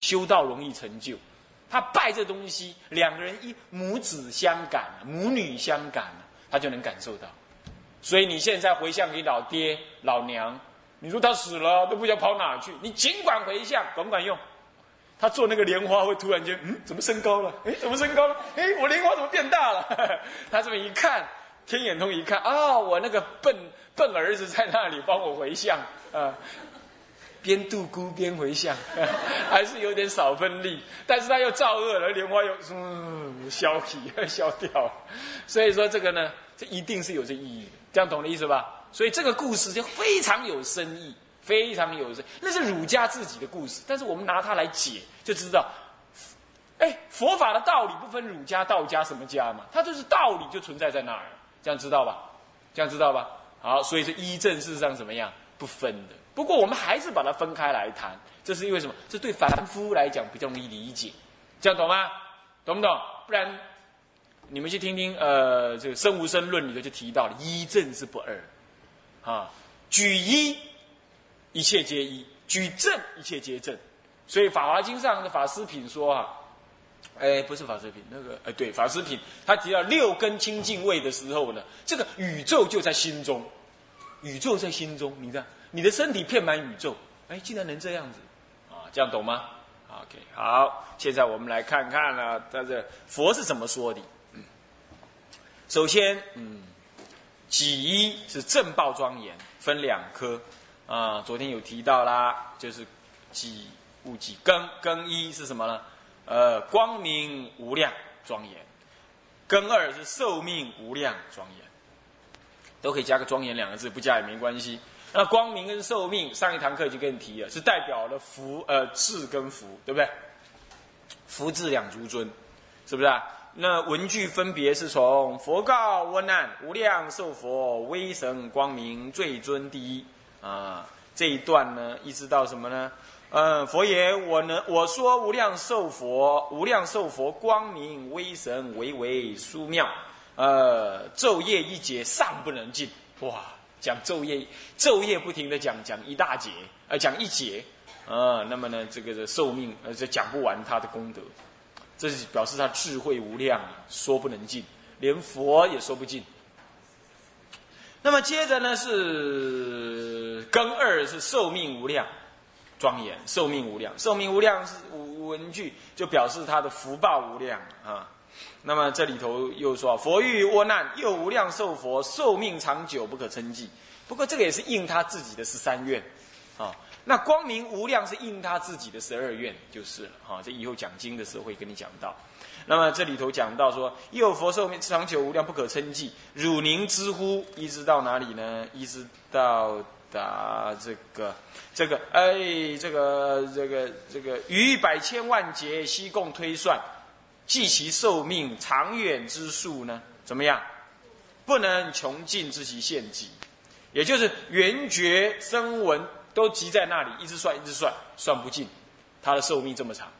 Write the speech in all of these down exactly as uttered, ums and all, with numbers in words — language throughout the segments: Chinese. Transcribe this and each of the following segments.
修道容易成就。他拜这东西，两个人一母子相感，母女相感，他就能感受到。所以你现在回向给老爹老娘，你说他死了都不知道跑哪去，你尽管回向，管不管用？他做那个莲花会突然间，嗯，怎么升高了？哎，怎么升高了？哎，我莲花怎么变大了？他这么一看，天眼通一看，啊、哦，我那个笨笨儿子在那里帮我回向啊。边度孤边回向，还是有点少分力，但是他又造恶了，莲花又嗯消体消掉，所以说这个呢，这一定是有这意义的，这样懂的意思吧？所以这个故事就非常有深意，非常有深，那是儒家自己的故事，但是我们拿它来解，就知道，哎，佛法的道理不分儒家、道家什么家嘛，它就是道理就存在在那儿，这样知道吧？这样知道吧？好，所以这依正事实上怎么样？不分的。不过我们还是把它分开来谈，这是因为什么？这对凡夫来讲比较容易理解，这样懂吗？懂不懂？不然你们去听听，呃，这个《生无生论》里头就提到了依正是不二，啊，举一一切皆一，举正一切皆正。所以《法华经》上的法师品说啊，哎，不是法师品，那个哎，对，法师品，他提到六根清净位的时候呢，这个宇宙就在心中，宇宙在心中，你看。你的身体遍满宇宙，哎，竟然能这样子，啊，这样懂吗 ？OK， 好，现在我们来看看呢，他这佛是怎么说的。嗯，首先，嗯，己一是正报庄严，分两科啊，昨天有提到啦，就是己戊己庚，庚一是什么呢？呃，光明无量庄严，庚二是寿命无量庄严，都可以加个庄严两个字，不加也没关系。那光明跟寿命，上一堂课就跟你提了，是代表了福呃智跟福，对不对？福智两足尊，是不是啊？那文句分别是从佛告阿难，无量寿佛威神光明最尊第一啊，这一段呢，一直到什么呢？呃，佛爷，我呢，我说无量寿佛，无量寿佛光明威神唯唯殊妙，呃，昼夜一节尚不能尽，哇！讲昼夜，昼夜不停的讲，讲一大节，呃，讲一节，啊、呃，那么呢，这个的寿命，呃，这讲不完他的功德，这是表示他智慧无量，说不能尽，连佛也说不尽。那么接着呢是庚二是寿命无量，庄严，寿命无量，寿命无量是文句，就表示他的福报无量啊。那么这里头又说，佛欲阿难，又无量寿佛，寿命长久，不可称计。不过这个也是应他自己的十三愿，啊，那光明无量是应他自己的十二愿，就是了，哈、啊。这以后讲经的时候会跟你讲到。那么这里头讲到说，又佛寿命长久无量，不可称计。汝宁知乎？一直到哪里呢？一直到达这个这个哎，这个这个这个于百千万劫悉共推算。计其寿命长远之数呢，怎么样？不能穷尽之其限极，也就是缘觉声闻都集在那里，一直算，一直算，算不尽。他的寿命这么长，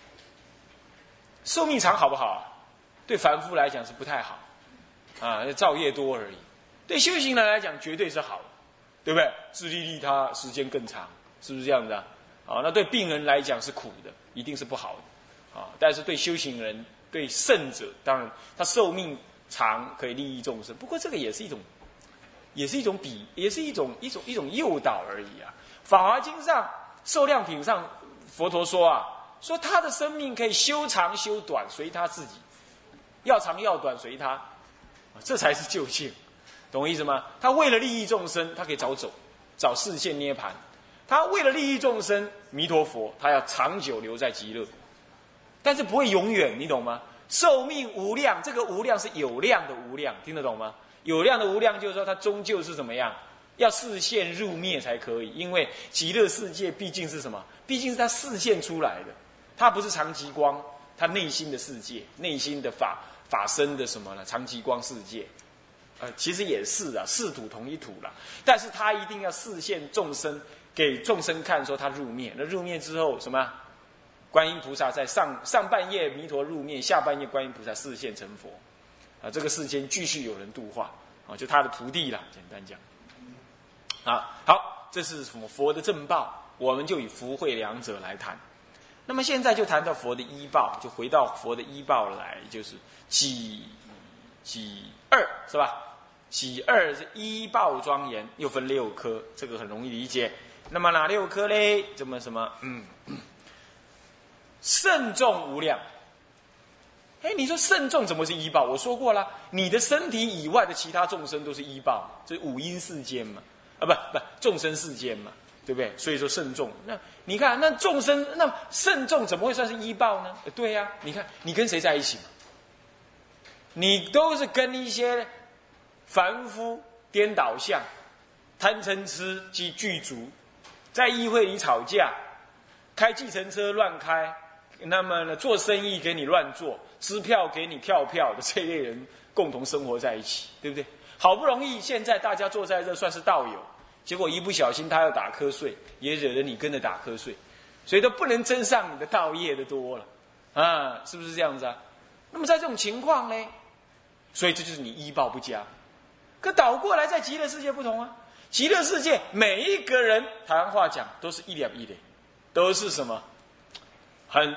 寿命长好不好啊？对凡夫来讲是不太好，啊，造业多而已。对修行人来讲，绝对是好的，对不对？自利利他时间更长，是不是这样子啊？啊，那对病人来讲是苦的，一定是不好的。啊，但是对修行人、对圣者，当然他寿命长，可以利益众生。不过这个也是一种，也是一种比，也是一种一种一种诱导而已啊。《法华经》上寿量品上，佛陀说啊，说他的生命可以修长修短，随他自己，要长要短随他，这才是究竟，懂我意思吗？他为了利益众生，他可以早走，早示现涅槃；他为了利益众生，弥陀佛，他要长久留在极乐。但是不会永远，你懂吗？寿命无量，这个无量是有量的无量，听得懂吗？有量的无量就是说它终究是怎么样，要示现入灭才可以，因为极乐世界毕竟是什么？毕竟是它示现出来的，它不是长极光，它内心的世界，内心的法法身的什么呢？长极光世界，呃，其实也是啊，四土同一土啦，但是它一定要示现众生，给众生看，说它入灭，那入灭之后什么？观音菩萨在上上半夜弥陀入灭，下半夜观音菩萨示现成佛，啊，这个世间继续有人度化，啊，就他的徒弟啦，简单讲，啊，好，这是什么佛的正报，我们就以福慧两者来谈。 那么现在就谈到佛的依报，就回到佛的依报来，就是己己二是吧？己二是依报庄严，又分六科，这个很容易理解。那么哪六科嘞？怎么什么？嗯，慎重无量。哎，你说慎重怎么是依报？我说过了，你的身体以外的其他众生都是依报，这是五阴世间嘛，啊不不，众生世间嘛，对不对？所以说慎重。那你看，那众生那慎重怎么会算是依报呢？对呀、啊，你看你跟谁在一起嘛？你都是跟一些凡夫颠倒相、贪嗔痴及具足，在议会里吵架，开计程车乱开。那么呢，做生意给你乱做，支票给你跳票的这类人共同生活在一起，对不对？好不容易现在大家坐在这算是道友，结果一不小心他要打瞌睡，也惹得你跟着打瞌睡，所以都不能争上你的道业的多了啊，是不是这样子啊？那么在这种情况呢，所以这就是你依报不佳。可倒过来，在极乐世界不同啊，极乐世界每一个人，台湾话讲都是一两一两，都是什么？很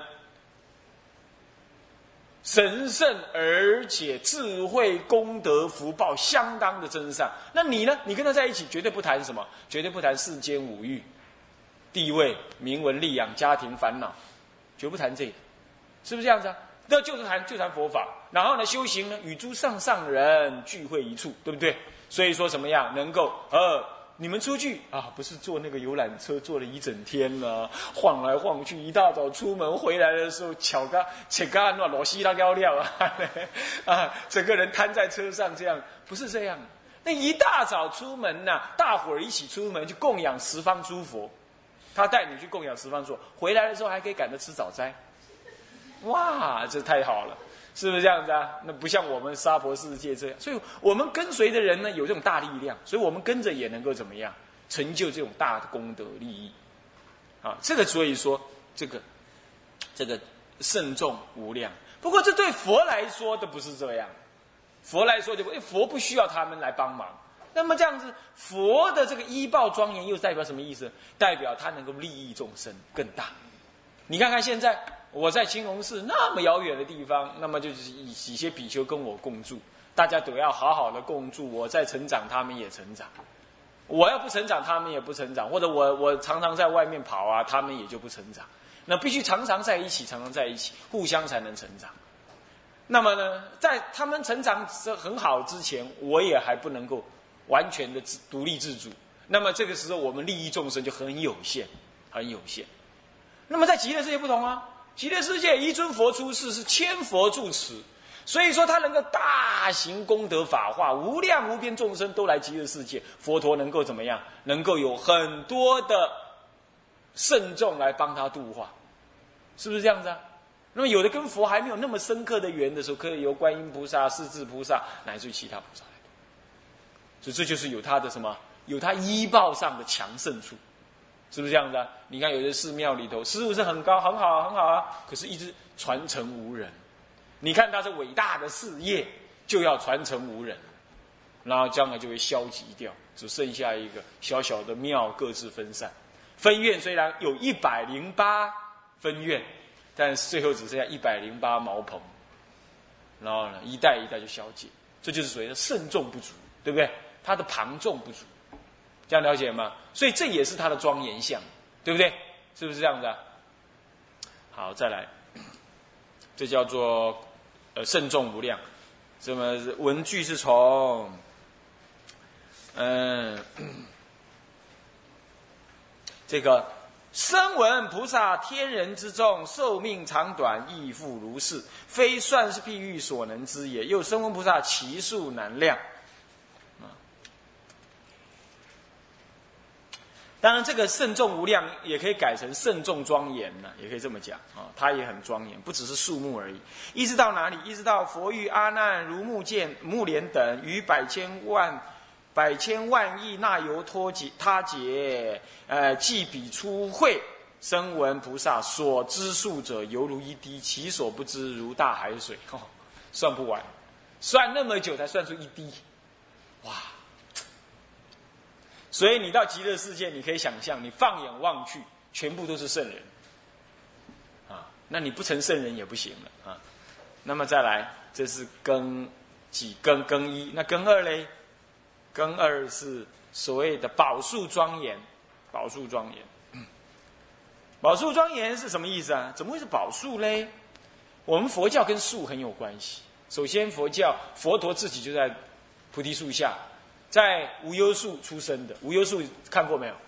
神圣而且智慧功德福报相当的真善。那你呢？你跟他在一起绝对不谈什么，绝对不谈世间五欲、地位、名闻利养、家庭烦恼，绝不谈这个，是不是这样子啊？那就是谈就谈佛法，然后呢，修行呢，与诸上上人聚会一处，对不对？所以说怎么样能够呃。你们出去啊，不是坐那个游览车坐了一整天了、啊，晃来晃去，一大早出门回来的时候，巧个切个那罗西拉料料啊，啊，整个人瘫在车上，这样不是这样。那一大早出门呐、啊，大伙儿一起出门去供养十方诸佛，他带你去供养十方诸佛，回来的时候还可以赶着吃早斋，哇，这太好了。是不是这样子啊？那不像我们娑婆世界这样，所以我们跟随的人呢，有这种大力量，所以我们跟着也能够怎么样成就这种大的功德利益啊？这个所以说，这个这个慎重无量。不过这对佛来说都不是这样，佛来说就不，佛不需要他们来帮忙。那么这样子，佛的这个依报庄严又代表什么意思？代表他能够利益众生更大。你看看现在。我在青龙寺那么遥远的地方，那么就是以一些比丘跟我共住，大家都要好好的共住。我在成长，他们也成长；我要不成长，他们也不成长；或者我我常常在外面跑啊，他们也就不成长。那必须常常在一起，常常在一起，互相才能成长。那么呢，在他们成长很好之前，我也还不能够完全的独立自主。那么这个时候，我们利益众生就很有限，很有限。那么在极乐世界不同啊。极乐世界一尊佛出世是千佛住持，所以说他能够大行功德法化，无量无边众生都来极乐世界，佛陀能够怎么样？能够有很多的圣众来帮他度化，是不是这样子啊？那么有的跟佛还没有那么深刻的缘的时候，可以由观音菩萨、势至菩萨乃至于其他菩萨来度，所以这就是有他的什么？有他依报上的强盛处。是不是这样子啊？你看有的寺庙里头，师父是很高很好很好啊，可是一直传承无人。你看他是伟大的事业，就要传承无人，然后将来就会消极掉，只剩下一个小小的庙，各自分散。分院虽然有一百零八分院，但是最后只剩下一百零八茅棚，然后呢，一代一代就消解，这就是所谓的慎重不足，对不对？他的旁重不足。这样了解吗？所以这也是他的庄严相，对不对？是不是这样子啊？好，再来，这叫做呃慎重无量。这么文句是从嗯、呃、这个声闻菩萨天人之众，寿命长短亦复如是，非算是譬喻所能知也。又声闻菩萨其数难量。当然，这个慎重无量也可以改成慎重庄严呢，也可以这么讲啊，它也很庄严，不只是数目而已。一直到哪里？一直到佛遇阿难、如目犍、目连等于百千万、百千万亿那由他劫他劫，呃，即彼初会声闻菩萨所知数者，犹如一滴，其所不知如大海水。哦，算不完，算那么久才算出一滴，哇！所以你到极乐世界，你可以想象，你放眼望去，全部都是圣人， 那你不成圣人也不行了啊。那么再来，这是庚几庚庚一，那庚二嘞？庚二是所谓的宝树庄严，宝树庄严。宝树庄严是什么意思啊？怎么会是宝树嘞？我们佛教跟树很有关系。首先，佛教佛陀自己就在菩提树下，在无忧树出生的。无忧树看过没有？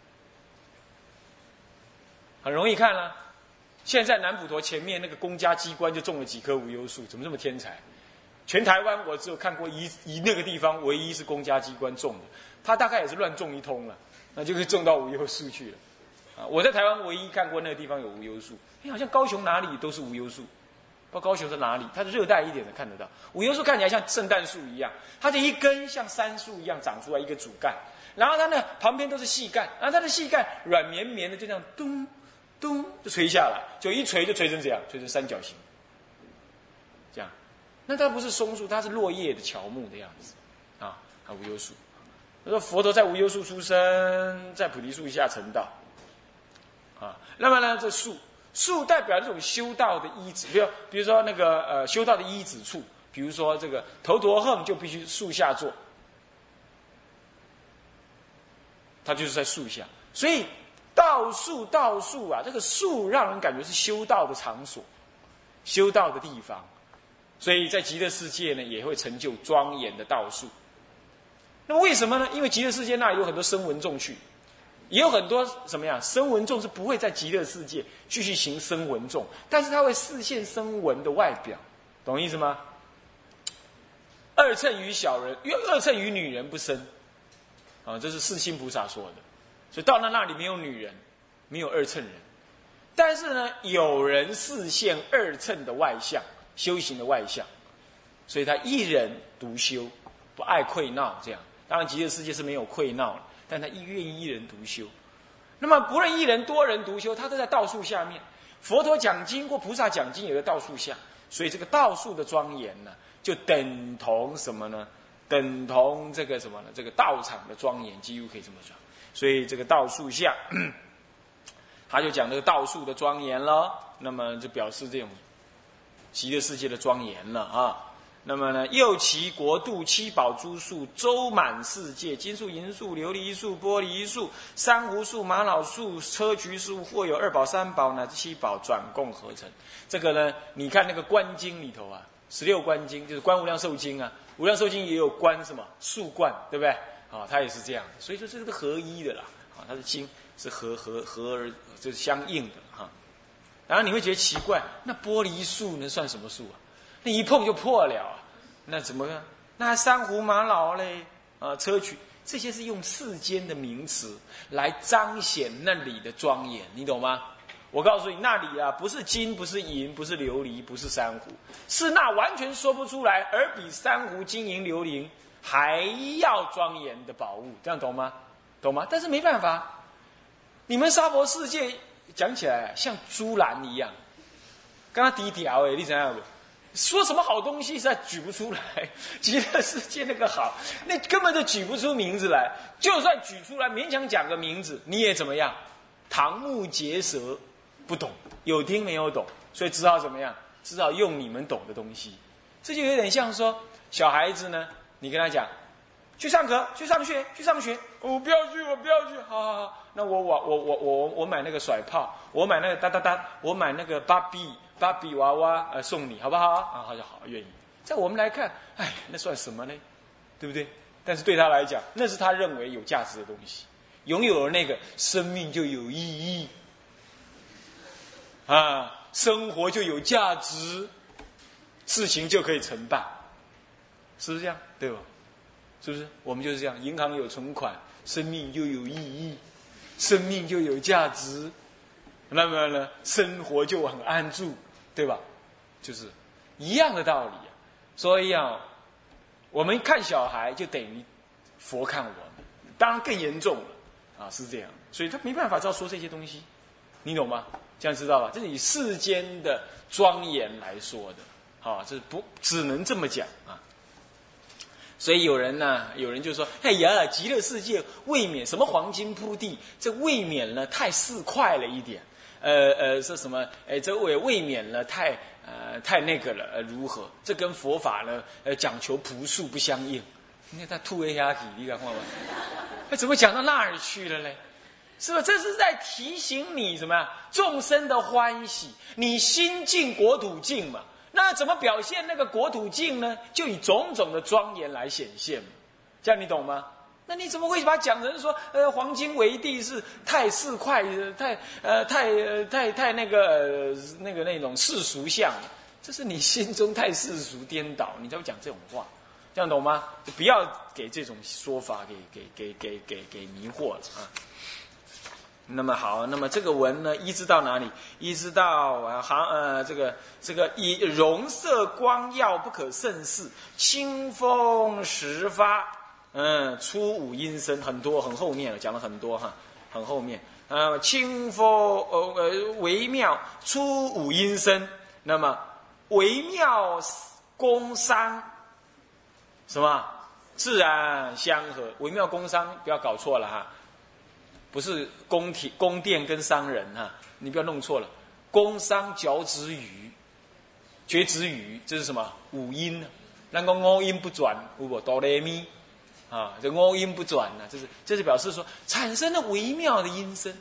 很容易看啦、啊。现在南普陀前面那个公家机关就种了几棵无忧树，怎么这么天才？全台湾我只有看过一一那个地方唯一是公家机关种的，他大概也是乱种一通了，那就可以种到无忧树去了。啊，我在台湾唯一看过那个地方有无忧树，哎，好像高雄哪里都是无忧树，不知道高雄是哪里，它是热带一点的看得到。无忧树看起来像圣诞树一样，它的一根像杉树一样长出来一个主干，然后它呢旁边都是细干，然后它的细干软绵绵的，就这样咚咚就垂下来，就一垂就垂成这样，垂成三角形，这样。那它不是松树，它是落叶的乔木的样子，啊，啊无忧树。他说佛陀在无忧树出生，在菩提树下成道，啊，那么呢，这树树代表这种修道的依止，比如比如说那个呃修道的依止处，比如说这个头陀横就必须树下坐，它就是在树下，所以。道树道树啊，这个树让人感觉是修道的场所，修道的地方，所以在极乐世界呢，也会成就庄严的道树。那为什么呢？因为极乐世界那里有很多声闻众去，也有很多什么呀？声闻众是不会在极乐世界继续行声闻众，但是他会示现声闻的外表，懂意思吗？二乘于小人，二乘于女人不生，啊，这是世心菩萨说的。所以到了那里没有女人，没有二乘人，但是呢，有人示现二乘的外相，修行的外相，所以他一人独修，不爱溃闹这样。当然极乐世界是没有溃闹了，但他愿意一人独修。那么不论一人多人独修，他都在道树下面。佛陀讲经或菩萨讲经也在道树下，所以这个道树的庄严呢，就等同什么呢？等同这个什么呢？这个道场的庄严，几乎可以这么说。所以这个道树下，他就讲这个道树的庄严了。那么就表示这种极乐世界的庄严了啊。那么呢，又其国度七宝珠树周满世界，金树、银树、琉璃树、玻璃树、珊瑚树、玛瑙树、砗磲树，或有二宝、三宝乃至七宝转共合成。这个呢，你看那个观经里头啊，十六观经就是观无量寿经啊，无量寿经也有观什么树观，对不对？啊、哦，它也是这样的，所以说这个是合一的啦。啊、哦，它的经是合合合而就是相应的哈。然后你会觉得奇怪，那玻璃树能算什么树啊？那一碰就破了啊，那怎么样？那珊瑚、玛瑙嘞，啊，砗磲，这些是用世间的名词来彰显那里的庄严，你懂吗？我告诉你，那里啊，不是金，不是银，不是琉璃，不是珊瑚，是那完全说不出来，而比珊瑚、金银、琉璃还要庄严的宝物，这样懂吗？懂吗？但是没办法，你们娑婆世界讲起来像猪栏一样，刚刚低调哎，你怎样？说什么好东西实在举不出来，极乐世界那个好，那根本就举不出名字来。就算举出来，勉强讲个名字，你也怎么样？瞠目结舌，不懂，有听没有懂，所以只好怎么样？只好用你们懂的东西。这就有点像说小孩子呢。你跟他讲，去上课，去上学，去上学。我不要去，我不要去。好好好，那我我我我我我买那个甩炮，我买那个哒哒哒，我买那个芭比芭比娃娃，呃，送你好不好？啊，他就好，愿意。在我们来看，哎，那算什么呢？对不对？但是对他来讲，那是他认为有价值的东西。拥有了那个，生命就有意义，啊，生活就有价值，事情就可以成办。是不是这样？对吧？是不是？我们就是这样，银行有存款，生命就有意义，生命就有价值，那么呢，生活就很安住，对吧？就是一样的道理啊。所以啊，我们看小孩就等于佛看我们，当然更严重了啊，是这样。所以他没办法照说这些东西，你懂吗？这样知道吧？这是以世间的庄严来说的，好、啊，这不只能这么讲啊。所以有人呢，有人就说：“哎呀，极乐世界未免什么黄金铺地，这未免呢太市侩了一点呃呃说什么？哎，这位未免了太呃太那个了，呃如何？这跟佛法呢呃讲求朴素不相应。你看他吐一下气，你看看吧，他怎么讲到那儿去了嘞？是吧？这是在提醒你什么呀？众生的欢喜，你心净国土净嘛。那怎么表现那个国土净呢？就以种种的庄严来显现嘛。这样你懂吗？那你怎么会把它讲成说，呃，黄金为地是太世侩，太呃太呃太太那个、呃、那个那种世俗相？这是你心中太世俗颠倒，你才会讲这种话。这样懂吗？就不要给这种说法给给给给给给迷惑了啊。那么好，那么这个文呢，一直到哪里？一直到啊，行呃，这个这个以容色光耀不可胜视，清风时发，嗯，出五阴声，很多很后面了，讲了很多哈，很后面。呃，清风呃呃微妙出五阴声，那么微妙工商，什么自然相合？微妙工商不要搞错了哈。不是宫体、宫殿跟商人哈、啊，你不要弄错了。宫商角徵羽，角徵羽，这是什么？五音。那个五音不转，有无哆来咪啊？这五音不转呢、啊，这是这是表示说产生了微妙的音声。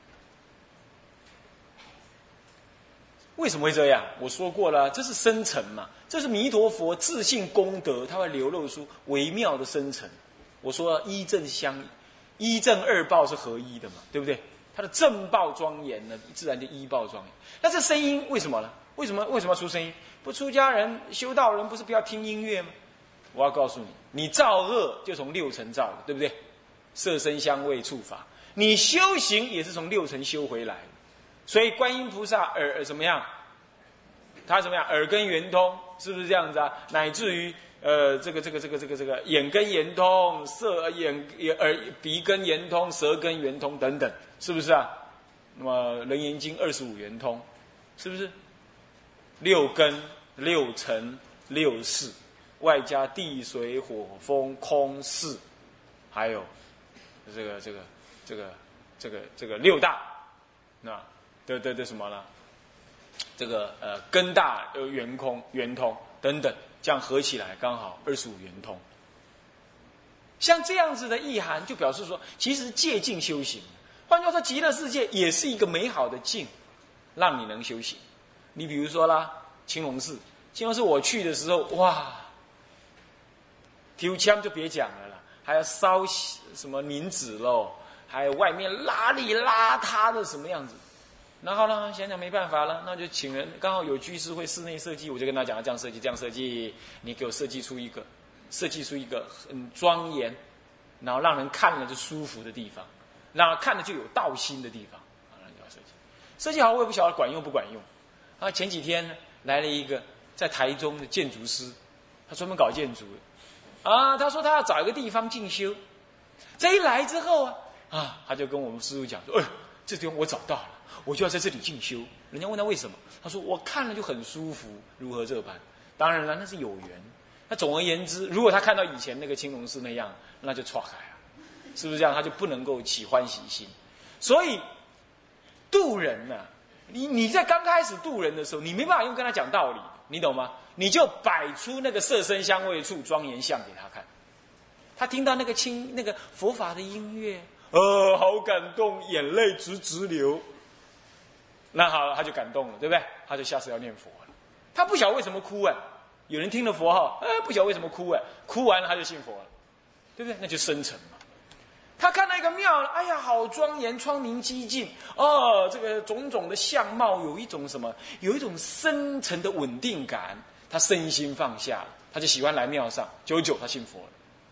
为什么会这样？我说过了，这是生成嘛，这是弥陀佛自信功德，它会流露出微妙的生成。我说一正相应。一正二报是合一的嘛，对不对？它的正报庄严呢，自然就一报庄严。那这声音为什么呢？为什么为什么要出声音？不出家人、修道人不是不要听音乐吗？我要告诉你，你造恶就从六尘造的，对不对？色声香味触法，你修行也是从六尘修回来的。所以观音菩萨耳耳怎么样？他怎么样？耳根圆通，是不是这样子啊？乃至于。呃，这个这个这个这个这个眼根圆通，色眼眼耳鼻根圆通，舌根圆通等等，是不是啊？那么《楞严经》二十五圆通，是不是？六根、六尘、六识，外加地水火风空识，还有这个这个这个这个这个六大，那的的的什么呢？这个呃根大呃圆空圆通等等。这样合起来刚好二十五圆通。像这样子的意涵，就表示说，其实借境修行，换句话说，极乐世界也是一个美好的境，让你能修行。你比如说啦，青龙寺，青龙寺我去的时候，哇，丢枪就别讲了啦，还要烧什么凝脂喽，还有外面邋里邋遢的什么样子。然后呢，想想没办法了，那就请人，刚好有居士会室内设计，我就跟他讲，这样设计，这样设计，你给我设计出一个，设计出一个很庄严，然后让人看了就舒服的地方，让看了就有道心的地方，啊，你要设计，设计好我也不晓得管用不管用。啊，前几天呢来了一个在台中的建筑师，他专门搞建筑的，啊，他说他要找一个地方进修，这一来之后啊，啊，他就跟我们师父讲说，哎，这地方我找到了。我就要在这里进修。人家问他为什么，他说我看了就很舒服，如何这般？当然了，那是有缘。那总而言之，如果他看到以前那个青龙寺那样，那就错开了，是不是这样？他就不能够起欢喜心。所以渡人呢、啊，你你在刚开始渡人的时候，你没办法用跟他讲道理，你懂吗？你就摆出那个色声香味触庄严相给他看。他听到那个清那个佛法的音乐，呃，好感动，眼泪直直流。那好了，他就感动了，对不对？他就下次要念佛了。他不晓得为什么哭啊？有人听了佛号，哎，不晓得为什么哭啊？哭完了他就信佛了，对不对？那就深沉嘛。他看到一个庙了，哎呀，好庄严，窗明几净哦，这个种种的相貌有一种什么？有一种深沉的稳定感。他身心放下了，他就喜欢来庙上，久久他信佛了，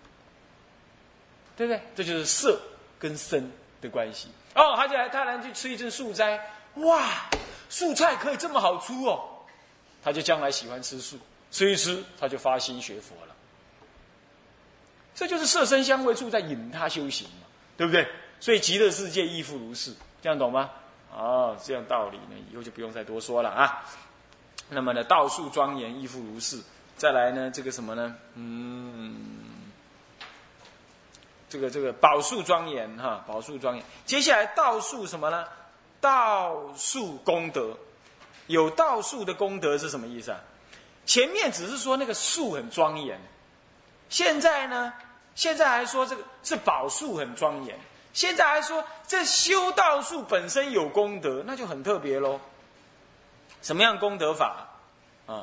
对不对？这就是色跟身的关系。哦，他就来，他来去吃一阵素斋。哇，素菜可以这么好吃哦！他就将来喜欢吃素，吃一吃他就发心学佛了。这就是色声香味触在引他修行嘛，对不对？所以极乐世界亦复如是，这样懂吗？哦，这样道理呢，以后就不用再多说了啊。那么呢，道术庄严亦复如是。再来呢，这个什么呢？嗯，这个这个宝树庄严哈，宝树庄严。接下来道术什么呢？ 道术功德，有道术的功德是什么意思啊？前面只是说那个术很庄严，现在呢，现在还说这个是宝术很庄严，现在还说这修道术本身有功德，那就很特别咯。什么样功德法啊？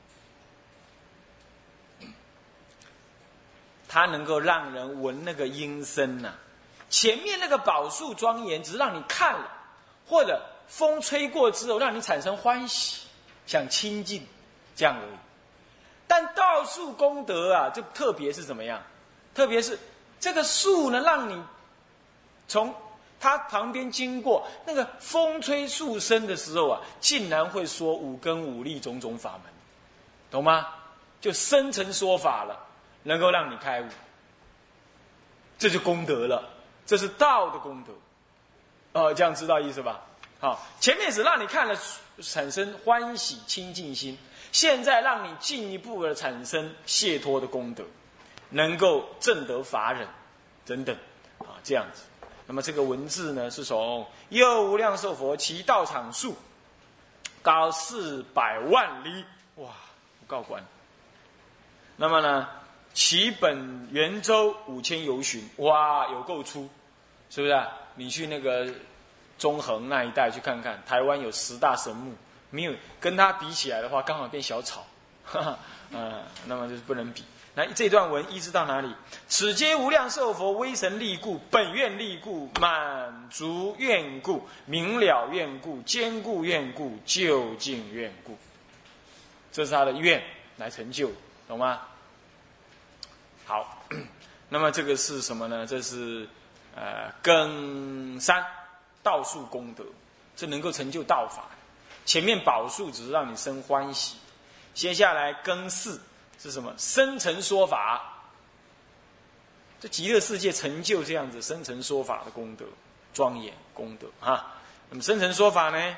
它能够让人闻那个音声呐、啊。前面那个宝树庄严，只是让你看了，或者风吹过之后，让你产生欢喜，想亲近，这样而已。但道树功德啊，就特别是怎么样？特别是这个树呢，让你从它旁边经过，那个风吹树声的时候啊，竟然会说五根五力种种法门，懂吗？就深层说法了，能够让你开悟，这就功德了。这是道的功德，呃，这样知道意思吧？好，前面只让你看了产生欢喜清净心，现在让你进一步的产生解脱的功德，能够证得法忍等等啊，这样子。那么这个文字呢，是从又无量寿佛其道场数高四百万里，哇，告官。那么呢，其本圆周五千由旬，哇，有够粗。是不是啊？你去那个中横那一带去看看，台湾有十大神木，没有跟它比起来的话，刚好变小草，哈哈，呃，那么就是不能比。那这段文一直到哪里？此皆无量寿佛威神力故，本愿力故，满足愿故，明了愿故，坚固愿故，究竟愿故。这是他的愿来成就，懂吗？好，那么这个是什么呢？这是。呃，庚三道术功德，这能够成就道法。前面宝术只是让你生欢喜，接下来庚四是什么？生成说法。这极乐世界成就这样子生成说法的功德，庄严功德啊。那么生成说法呢？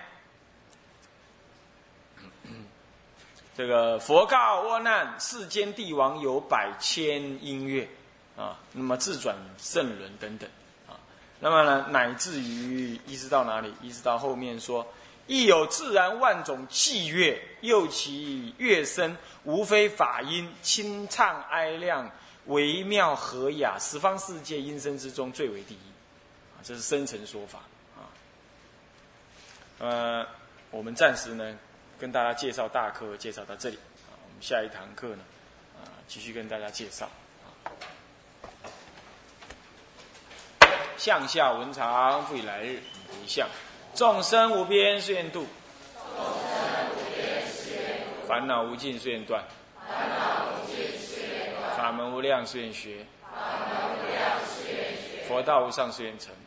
这个佛告阿难，世间帝王有百千音乐啊，那么自转圣轮等等。那么呢，乃至于一直到哪里？一直到后面说，亦有自然万种伎乐，又其乐声，无非法音，清畅哀亮，微妙和雅，十方世界音声之中最为第一。啊，这是深层说法啊。呃，我们暂时呢，跟大家介绍大课，介绍到这里啊。我们下一堂课呢，啊，继续跟大家介绍。向下文长，复以来日回向。众生无边誓愿度，烦恼无尽誓愿断，法门无量誓愿学，佛道无上誓愿成。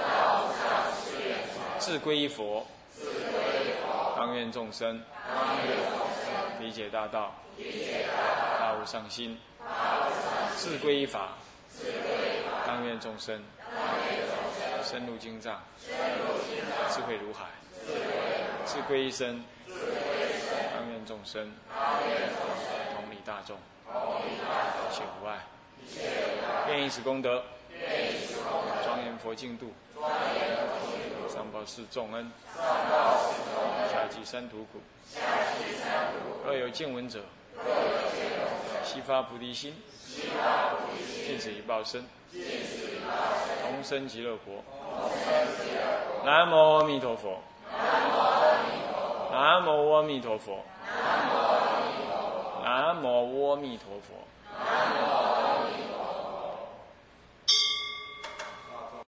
自归依佛，当愿众生理解大道，大无上心。自归依法，当愿众生深入经藏，智慧如海；自归一生，当愿众生同理大众，一切无碍。愿以此功德，庄严佛净土，上报四重恩，下济三途苦。若有见闻者，悉发菩提心，尽此一报身，同生极乐国。南无阿弥陀佛。南无阿弥陀佛。南无阿弥陀佛。南无阿弥陀佛。